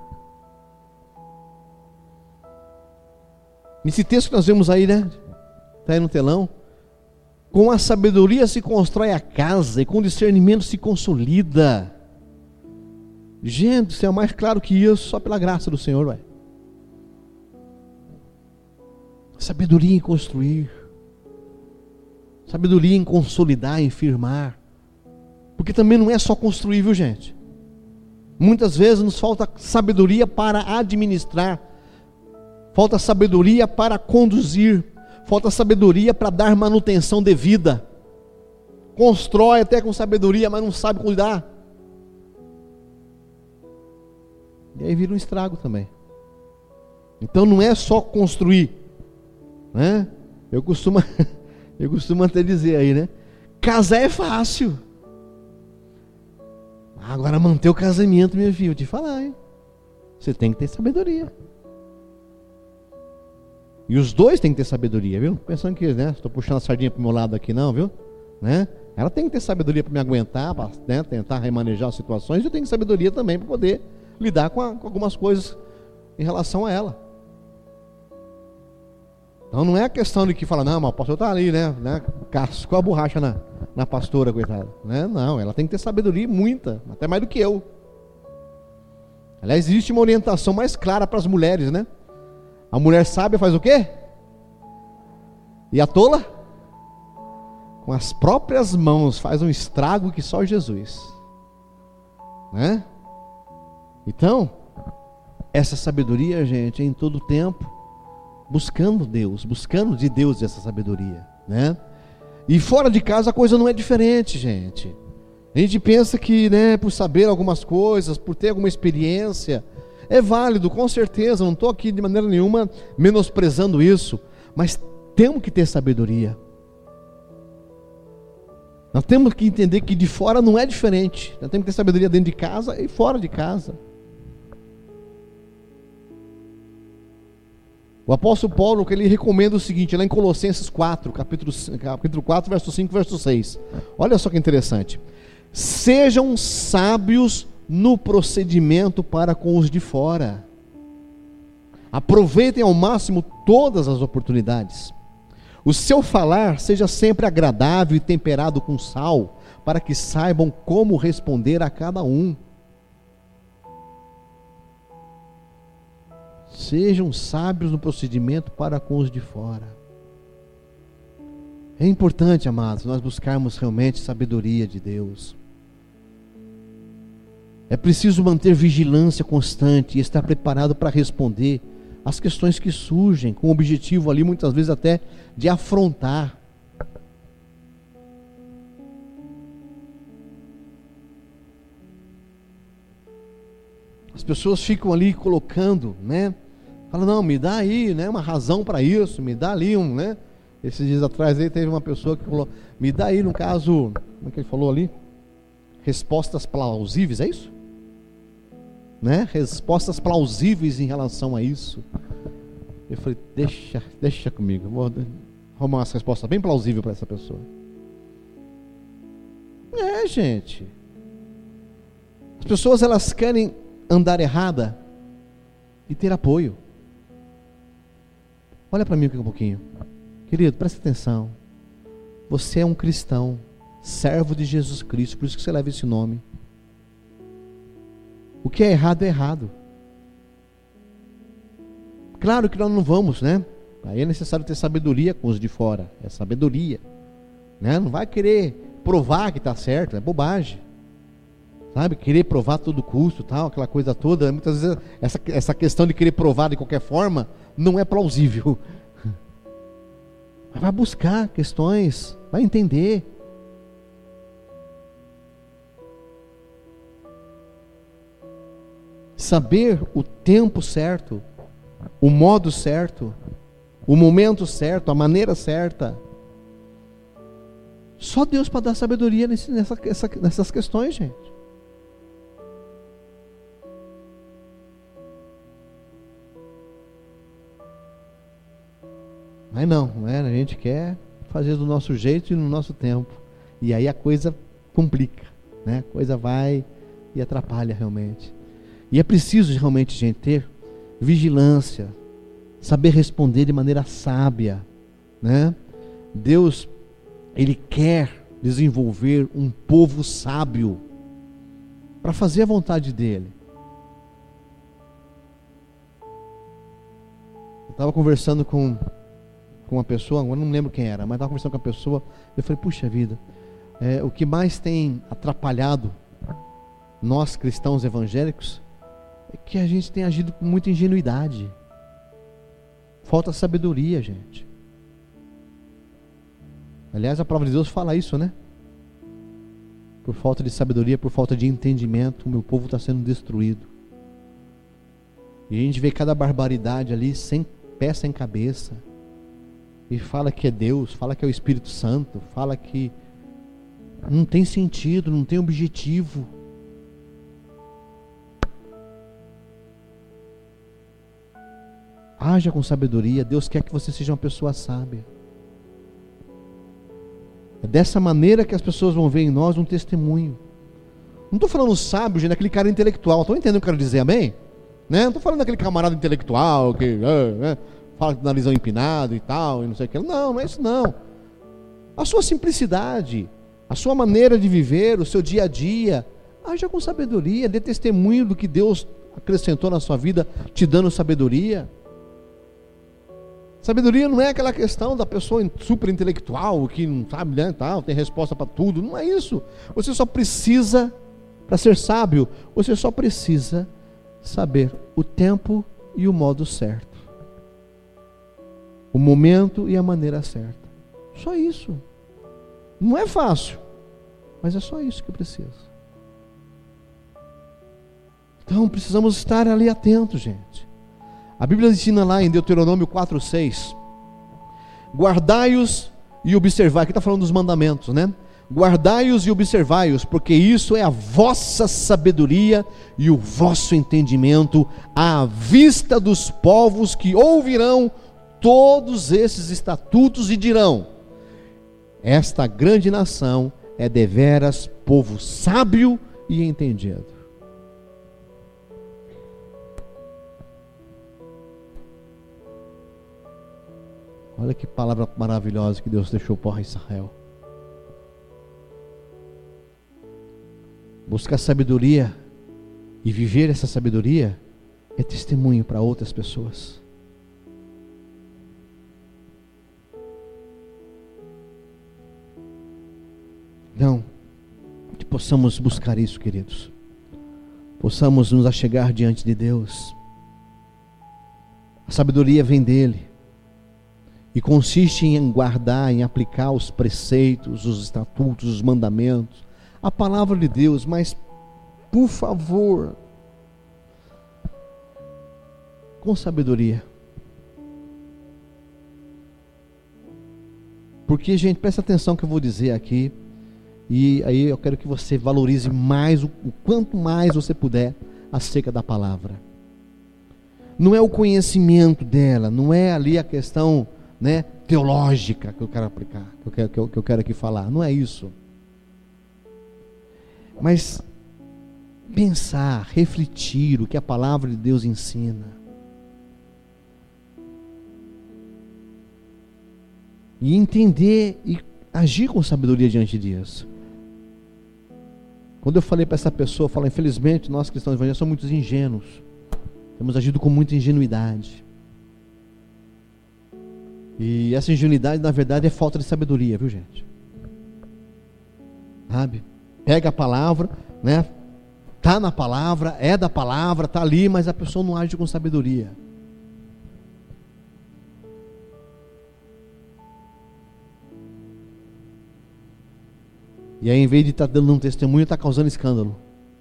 Esse texto que nós vemos aí, né? Está aí no telão. Com a sabedoria se constrói a casa, e com discernimento se consolida. Gente, isso é mais claro que isso, só pela graça do Senhor, ué. Sabedoria em construir, sabedoria em consolidar, em firmar, porque também não é só construir, viu, gente? Muitas vezes nos falta sabedoria para administrar, falta sabedoria para conduzir, falta sabedoria para dar manutenção devida. Constrói até com sabedoria, mas não sabe cuidar, e aí vira um estrago também. Então não é só construir, né? Eu costumo até dizer aí, né? Casar é fácil. Agora manter o casamento, meu filho, eu te falar, hein? Você tem que ter sabedoria. E os dois têm que ter sabedoria, viu? Pensando que, né? Estou puxando a sardinha pro meu lado aqui, não, viu? Né? Ela tem que ter sabedoria para me aguentar, para, né, tentar remanejar as situações. Eu tenho sabedoria também para poder lidar com algumas coisas em relação a ela. Então não é a questão de que fala, não, mas o pastor está ali, né? Cascou a borracha na pastora, coitada. Né? Não, ela tem que ter sabedoria muita, até mais do que eu. Aliás, existe uma orientação mais clara para as mulheres, né? A mulher sábia faz o quê? E a tola? Com as próprias mãos faz um estrago que só Jesus. Né? Então, essa sabedoria, gente, é em todo tempo, buscando Deus, buscando de Deus essa sabedoria, né? E fora de casa a coisa não é diferente, gente. A gente pensa que, né, por saber algumas coisas, por ter alguma experiência, é válido, com certeza, não estou aqui de maneira nenhuma menosprezando isso, mas temos que ter sabedoria. Nós temos que entender que de fora não é diferente. Nós temos que ter sabedoria dentro de casa e fora de casa. O apóstolo Paulo, que ele recomenda o seguinte, lá em Colossenses 4, capítulo 4, verso 5, verso 6. Olha só que interessante. Sejam sábios no procedimento para com os de fora. Aproveitem ao máximo todas as oportunidades. O seu falar seja sempre agradável e temperado com sal, para que saibam como responder a cada um. Sejam sábios no procedimento para com os de fora. É importante, amados, nós buscarmos realmente sabedoria de Deus. É preciso manter vigilância constante e estar preparado para responder às questões que surgem, com o objetivo ali, muitas vezes até, de afrontar. As pessoas ficam ali colocando, né? Fala, não, me dá aí, né, uma razão para isso, me dá ali um, né? Esses dias atrás aí teve uma pessoa que falou, me dá aí, no caso, como é que ele falou ali? Respostas plausíveis, é isso? Né? Respostas plausíveis em relação a isso. Eu falei, deixa comigo, eu vou arrumar uma resposta bem plausível para essa pessoa. Gente. As pessoas, elas querem andar errada e ter apoio. Olha para mim aqui um pouquinho. Querido, presta atenção. Você é um cristão, servo de Jesus Cristo, por isso que você leva esse nome. O que é errado é errado. Claro que nós não vamos, né? Aí é necessário ter sabedoria com os de fora. É sabedoria, né? Não vai querer provar que está certo, é bobagem. Sabe, querer provar a todo custo, tal, aquela coisa toda. Muitas vezes essa questão de querer provar de qualquer forma não é plausível. Mas vai buscar questões, vai entender. Saber o tempo certo, o modo certo, o momento certo, a maneira certa. Só Deus para dar sabedoria nessas questões, gente. Mas não, né? A gente quer fazer do nosso jeito e no nosso tempo. E aí a coisa complica, né? A coisa vai e atrapalha realmente. E é preciso realmente, gente, ter vigilância, saber responder de maneira sábia, né? Deus, Ele quer desenvolver um povo sábio para fazer a vontade dEle. Eu estava conversando com uma pessoa, agora não lembro quem era, mas estava conversando com a pessoa, eu falei, puxa vida, o que mais tem atrapalhado nós cristãos evangélicos é que a gente tem agido com muita ingenuidade. Falta sabedoria, gente. Aliás, a palavra de Deus fala isso, né? Por falta de sabedoria, por falta de entendimento, o meu povo está sendo destruído. E a gente vê cada barbaridade ali, sem pé, sem cabeça. E fala que é Deus, fala que é o Espírito Santo, fala que não tem sentido, não tem objetivo. Haja com sabedoria. Deus quer que você seja uma pessoa sábia. É dessa maneira que as pessoas vão ver em nós um testemunho. Não estou falando sábio, gente, daquele cara intelectual. Estão entendendo o que eu quero dizer, amém? Né? Não estou falando daquele camarada intelectual que fala com o narizão empinado e tal, e não sei o que. Não, não é isso não. A sua simplicidade, a sua maneira de viver, o seu dia a dia, haja com sabedoria, dê testemunho do que Deus acrescentou na sua vida, te dando sabedoria. Sabedoria não é aquela questão da pessoa super intelectual, que não sabe, né, tal, tem resposta para tudo. Não é isso. Você só precisa, para ser sábio, você só precisa saber o tempo e o modo certo, o momento e a maneira certa. Só isso. Não é fácil, mas é só isso que precisa. Então precisamos estar ali atentos, gente. A Bíblia ensina lá em Deuteronômio 4:6, guardai-os e observai. Aqui está falando dos mandamentos, né? guardai-os e observai-os, porque isso é a vossa sabedoria e o vosso entendimento à vista dos povos que ouvirão todos esses estatutos e dirão: esta grande nação é deveras povo sábio e entendido. Olha que palavra maravilhosa que Deus deixou para Israel. Buscar sabedoria e viver essa sabedoria é testemunho para outras pessoas. Então, que possamos buscar isso, queridos. Possamos nos achegar diante de Deus. A sabedoria vem dele e consiste em guardar, em aplicar os preceitos, os estatutos, os mandamentos, a palavra de Deus. Mas, por favor, com sabedoria. Porque, gente, presta atenção que eu vou dizer aqui. E aí eu quero que você valorize mais, o quanto mais você puder, acerca da palavra. Não é o conhecimento dela, não é ali a questão, né, teológica que eu quero aplicar, que eu quero aqui falar. Não é isso. Mas pensar, refletir o que a palavra de Deus ensina. E entender e agir com sabedoria diante disso. Quando eu falei para essa pessoa, eu falei: infelizmente nós cristãos evangélicos somos muito ingênuos, temos agido com muita ingenuidade, e essa ingenuidade na verdade é falta de sabedoria, viu, gente? Sabe? Pega a palavra, né? Tá na palavra, é da palavra, tá ali, mas a pessoa não age com sabedoria. E aí, em vez de estar dando um testemunho, está causando escândalo.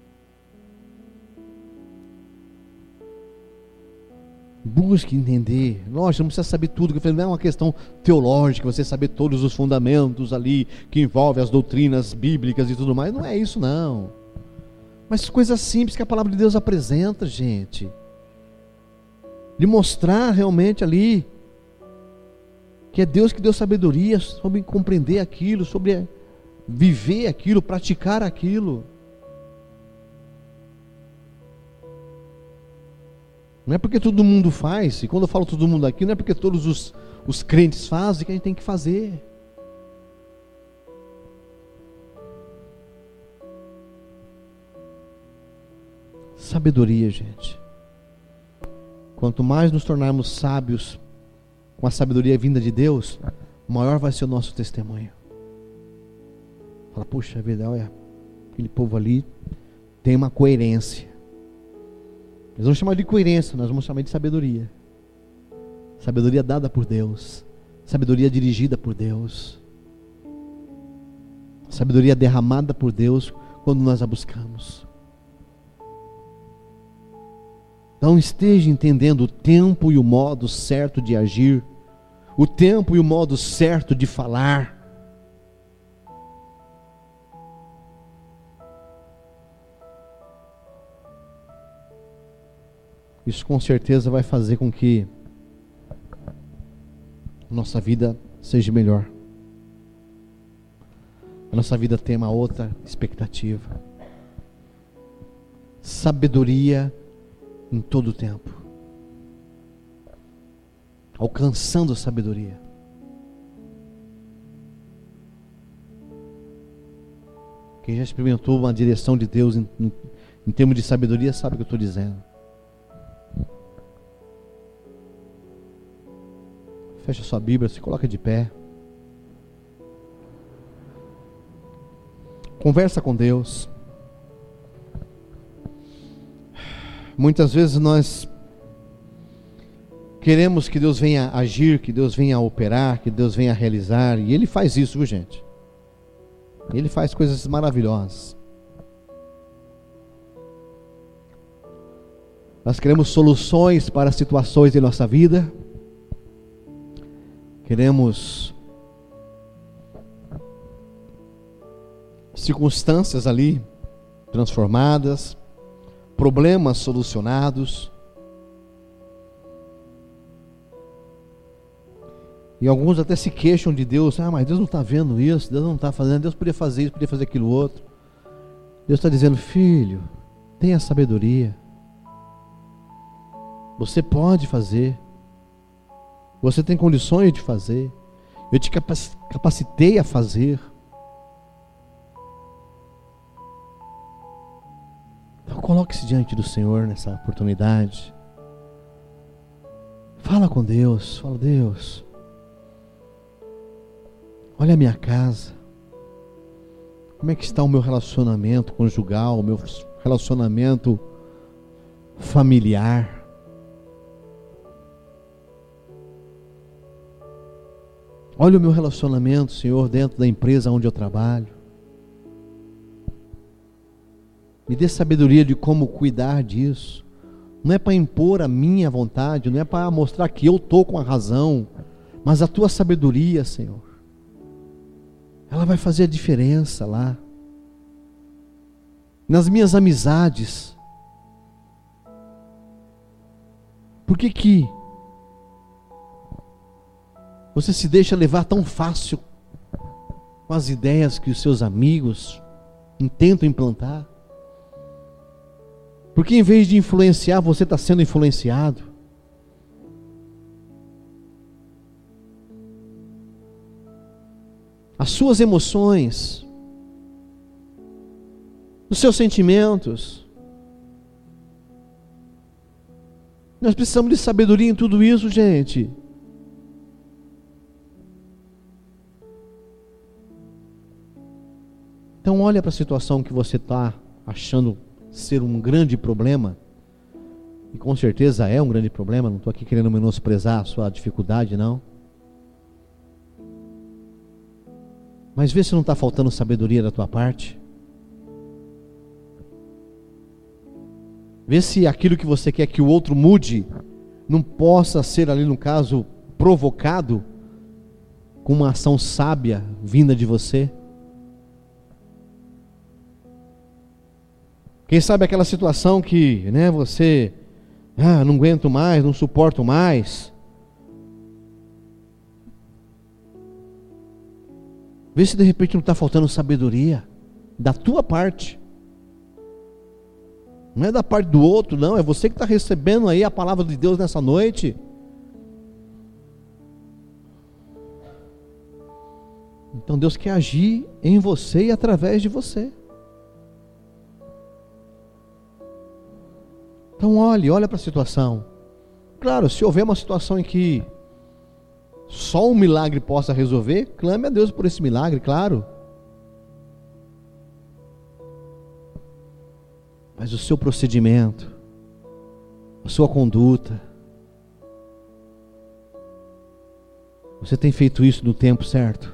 Busque entender. Lógico, não precisa saber tudo. Não é uma questão teológica, você saber todos os fundamentos ali, que envolve as doutrinas bíblicas e tudo mais. Não é isso, não. Mas coisas simples que a palavra de Deus apresenta, gente. De mostrar realmente ali que é Deus que deu sabedoria sobre compreender aquilo, sobre viver aquilo, praticar aquilo. Não é porque todo mundo faz, e quando eu falo todo mundo aqui, não é porque todos os crentes fazem que a gente tem que fazer. Sabedoria, gente. Quanto mais nos tornarmos sábios com a sabedoria vinda de Deus, maior vai ser o nosso testemunho. Fala: puxa vida, olha, aquele povo ali tem uma coerência. Nós vamos chamar de coerência, nós vamos chamar de sabedoria. Sabedoria dada por Deus, sabedoria dirigida por Deus, sabedoria derramada por Deus quando nós a buscamos. Então esteja entendendo o tempo e o modo certo de agir, o tempo e o modo certo de falar. Isso com certeza vai fazer com que a nossa vida seja melhor. A nossa vida tenha uma outra expectativa. Sabedoria em todo o tempo. Alcançando a sabedoria. Quem já experimentou uma direção de Deus em termos de sabedoria sabe o que eu estou dizendo. Fecha sua Bíblia, se coloca de pé. Conversa com Deus. Muitas vezes nós queremos que Deus venha agir, que Deus venha operar, que Deus venha realizar. E Ele faz isso, viu, gente? Ele faz coisas maravilhosas. Nós queremos soluções para situações em nossa vida. Queremos circunstâncias ali transformadas, problemas solucionados. E alguns até se queixam de Deus. Mas Deus não está vendo isso, Deus não está fazendo, Deus podia fazer isso, podia fazer aquilo outro. Deus está dizendo: filho, tenha sabedoria. Você pode fazer. Você tem condições de fazer. Eu te capacitei a fazer. Então coloque-se diante do Senhor nessa oportunidade. Fala com Deus. Fala: Deus, olha a minha casa. Como é que está o meu relacionamento conjugal, o meu relacionamento familiar? Olha o meu relacionamento, Senhor, dentro da empresa onde eu trabalho. Me dê sabedoria de como cuidar disso. Não é para impor a minha vontade, não é para mostrar que eu estou com a razão, mas a tua sabedoria, Senhor, ela vai fazer a diferença lá. Nas minhas amizades. Por que você se deixa levar tão fácil com as ideias que os seus amigos tentam implantar? Porque em vez de influenciar, você está sendo influenciado. As suas emoções, os seus sentimentos. Nós precisamos de sabedoria em tudo isso, gente. Então olha para a situação que você está achando ser um grande problema, e com certeza é um grande problema. Não estou aqui querendo menosprezar a sua dificuldade, não. Mas vê se não está faltando sabedoria da tua parte. Vê se aquilo que você quer que o outro mude não possa ser ali, no caso, provocado com uma ação sábia vinda de você. Quem sabe aquela situação que, você, não aguento mais, não suporto mais. Vê se de repente não está faltando sabedoria da tua parte. Não é da parte do outro, não. É você que está recebendo aí a palavra de Deus nessa noite. Então Deus quer agir em você e através de você. Então olha para a situação. Claro, se houver uma situação em que só um milagre possa resolver, clame a Deus por esse milagre, claro. Mas o seu procedimento, a sua conduta, você tem feito isso no tempo certo?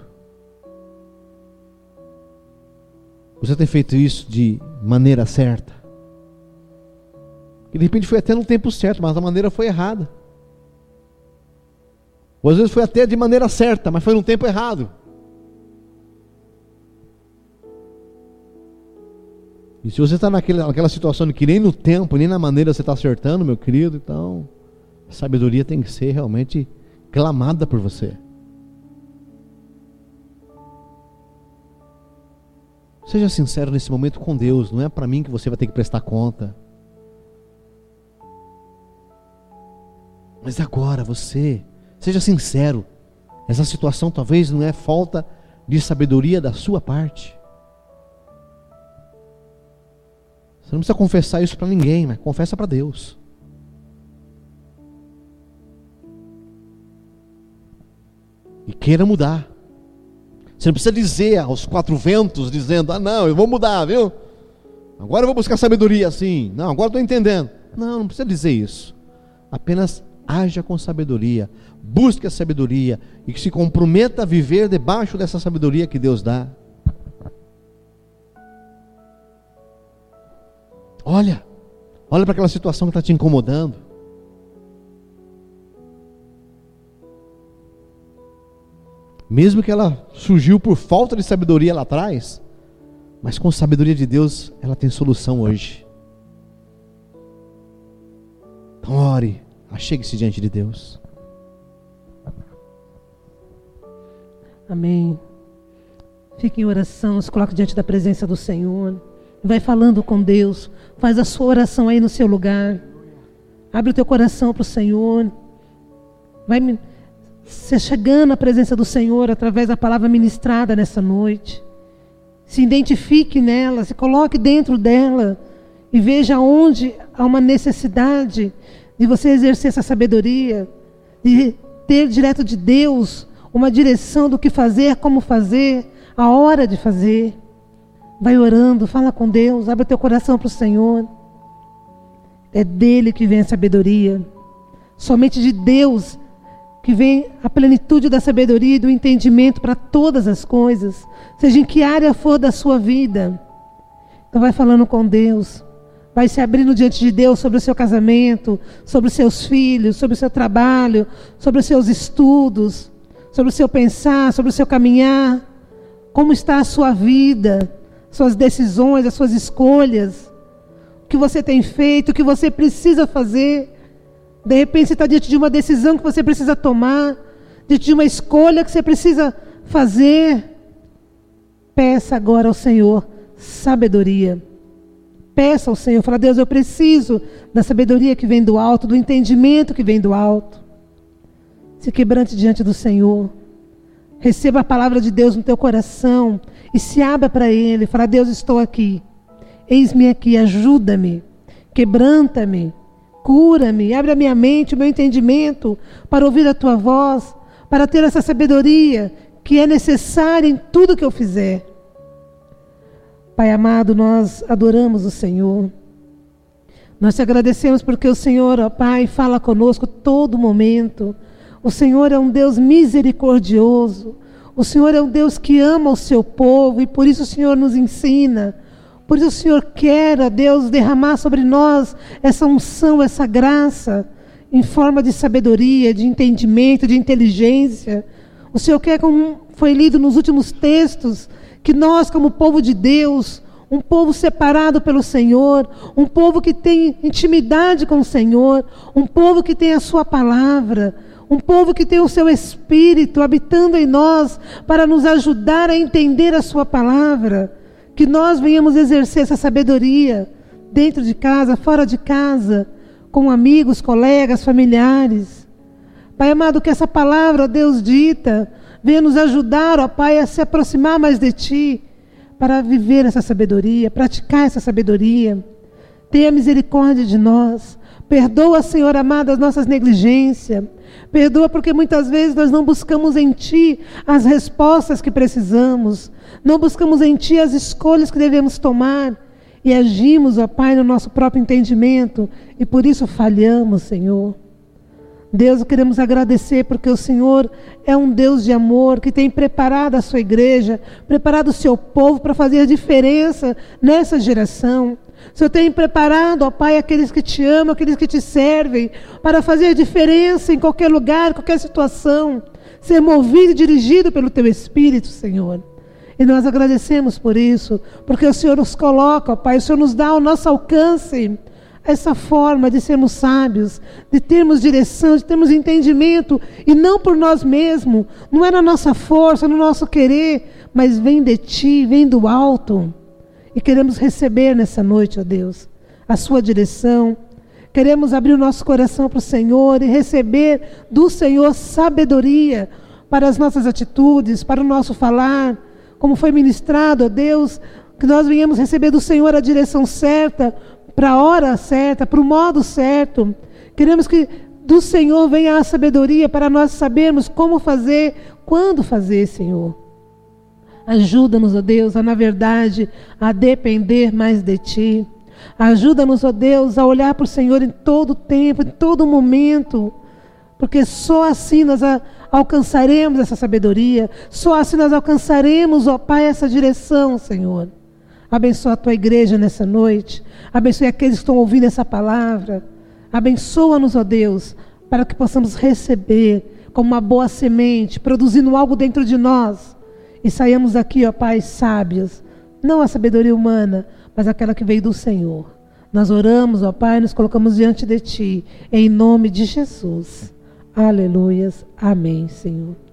Você tem feito isso de maneira certa? Que de repente foi até no tempo certo, mas a maneira foi errada. Ou às vezes foi até de maneira certa, mas foi no tempo errado. E se você está naquela situação de que nem no tempo, nem na maneira você está acertando, meu querido, então a sabedoria tem que ser realmente clamada por você. Seja sincero nesse momento com Deus. Não é para mim que você vai ter que prestar conta. Mas agora você, seja sincero. Essa situação talvez não é falta de sabedoria da sua parte. Você não precisa confessar isso para ninguém, mas confessa para Deus. E queira mudar. Você não precisa dizer aos quatro ventos, dizendo: não, eu vou mudar, viu? Agora eu vou buscar sabedoria assim. Não, agora estou entendendo. Não precisa dizer isso. Apenas haja com sabedoria. Busque a sabedoria e que se comprometa a viver debaixo dessa sabedoria que Deus dá. Olha para aquela situação que está te incomodando. Mesmo que ela surgiu por falta de sabedoria lá atrás, Mas com a sabedoria de Deus, ela tem solução hoje. Então ore, achegue-se diante de Deus. Amém. Fique em oração, se coloque diante da presença do Senhor. Vai falando com Deus. Faz a sua oração aí no seu lugar. Abre o teu coração para o Senhor. Vai se chegando à presença do Senhor através da palavra ministrada nessa noite. Se identifique nela, se coloque dentro dela e veja onde há uma necessidade de você exercer essa sabedoria, de ter direto de Deus uma direção do que fazer, como fazer, a hora de fazer. Vai orando, fala com Deus, abre o teu coração para o Senhor. É dele que vem a sabedoria. Somente de Deus que vem a plenitude da sabedoria e do entendimento para todas as coisas, seja em que área for da sua vida. Então vai falando com Deus, vai se abrindo diante de Deus sobre o seu casamento, sobre os seus filhos, sobre o seu trabalho, sobre os seus estudos, sobre o seu pensar, sobre o seu caminhar. Como está a sua vida, suas decisões, as suas escolhas, o que você tem feito, o que você precisa fazer. De repente você está diante de uma decisão que você precisa tomar, diante de uma escolha que você precisa fazer. Peça agora ao Senhor sabedoria. Peça ao Senhor, fala: Deus, eu preciso da sabedoria que vem do alto, do entendimento que vem do alto. Se quebrante diante do Senhor. Receba a palavra de Deus no teu coração e se abra para Ele. Fala: Deus, estou aqui. Eis-me aqui, ajuda-me, quebranta-me. Cura-me, abre a minha mente, o meu entendimento para ouvir a tua voz, para ter essa sabedoria que é necessária em tudo que eu fizer. Pai amado, nós adoramos o Senhor. Nós te agradecemos porque o Senhor, ó Pai, fala conosco todo momento. O Senhor é um Deus misericordioso. O Senhor é um Deus que ama o seu povo e por isso o Senhor nos ensina. Por isso o Senhor quer, ó Deus, derramar sobre nós essa unção, essa graça, em forma de sabedoria, de entendimento, de inteligência. O Senhor quer, como foi lido nos últimos textos, que nós, como povo de Deus, um povo separado pelo Senhor, um povo que tem intimidade com o Senhor, um povo que tem a sua palavra, um povo que tem o seu Espírito habitando em nós para nos ajudar a entender a sua palavra. Que nós venhamos exercer essa sabedoria dentro de casa, fora de casa, com amigos, colegas, familiares. Pai amado, que essa palavra, ó Deus dita, venha nos ajudar, ó Pai, a se aproximar mais de Ti, para viver essa sabedoria, praticar essa sabedoria. Tenha misericórdia de nós. Perdoa, Senhor amado, as nossas negligências. Perdoa porque muitas vezes nós não buscamos em Ti as respostas que precisamos. Não buscamos em Ti as escolhas que devemos tomar. E agimos, ó Pai, no nosso próprio entendimento. E por isso falhamos, Senhor. Deus, queremos agradecer porque o Senhor é um Deus de amor que tem preparado a sua igreja, preparado o seu povo para fazer a diferença nessa geração. O Senhor tem preparado, ó Pai, aqueles que te amam, aqueles que te servem, para fazer a diferença em qualquer lugar, qualquer situação, ser movido e dirigido pelo Teu Espírito, Senhor. E nós agradecemos por isso, porque o Senhor nos coloca, ó Pai, o Senhor nos dá ao nosso alcance essa forma de sermos sábios, de termos direção, de termos entendimento, e não por nós mesmos, não é na nossa força, no nosso querer, mas vem de Ti, vem do alto. E queremos receber nessa noite, ó Deus, a sua direção. Queremos abrir o nosso coração para o Senhor e receber do Senhor sabedoria para as nossas atitudes, para o nosso falar, como foi ministrado, ó Deus, que nós venhamos receber do Senhor a direção certa, para a hora certa, para o modo certo. Queremos que do Senhor venha a sabedoria para nós sabermos como fazer, quando fazer, Senhor. Ajuda-nos, ó Deus, na verdade, a depender mais de Ti. Ajuda-nos, ó Deus, a olhar para o Senhor em todo tempo, em todo momento. Porque só assim nós alcançaremos essa sabedoria. Só assim nós alcançaremos, ó Pai, essa direção, Senhor. Abençoa a Tua igreja nessa noite. Abençoe aqueles que estão ouvindo essa palavra. Abençoa-nos, ó Deus, para que possamos receber como uma boa semente, produzindo algo dentro de nós. E saiamos aqui, ó Pai, sábios, não a sabedoria humana, mas aquela que veio do Senhor. Nós oramos, ó Pai, nos colocamos diante de Ti, em nome de Jesus. Aleluias. Amém, Senhor.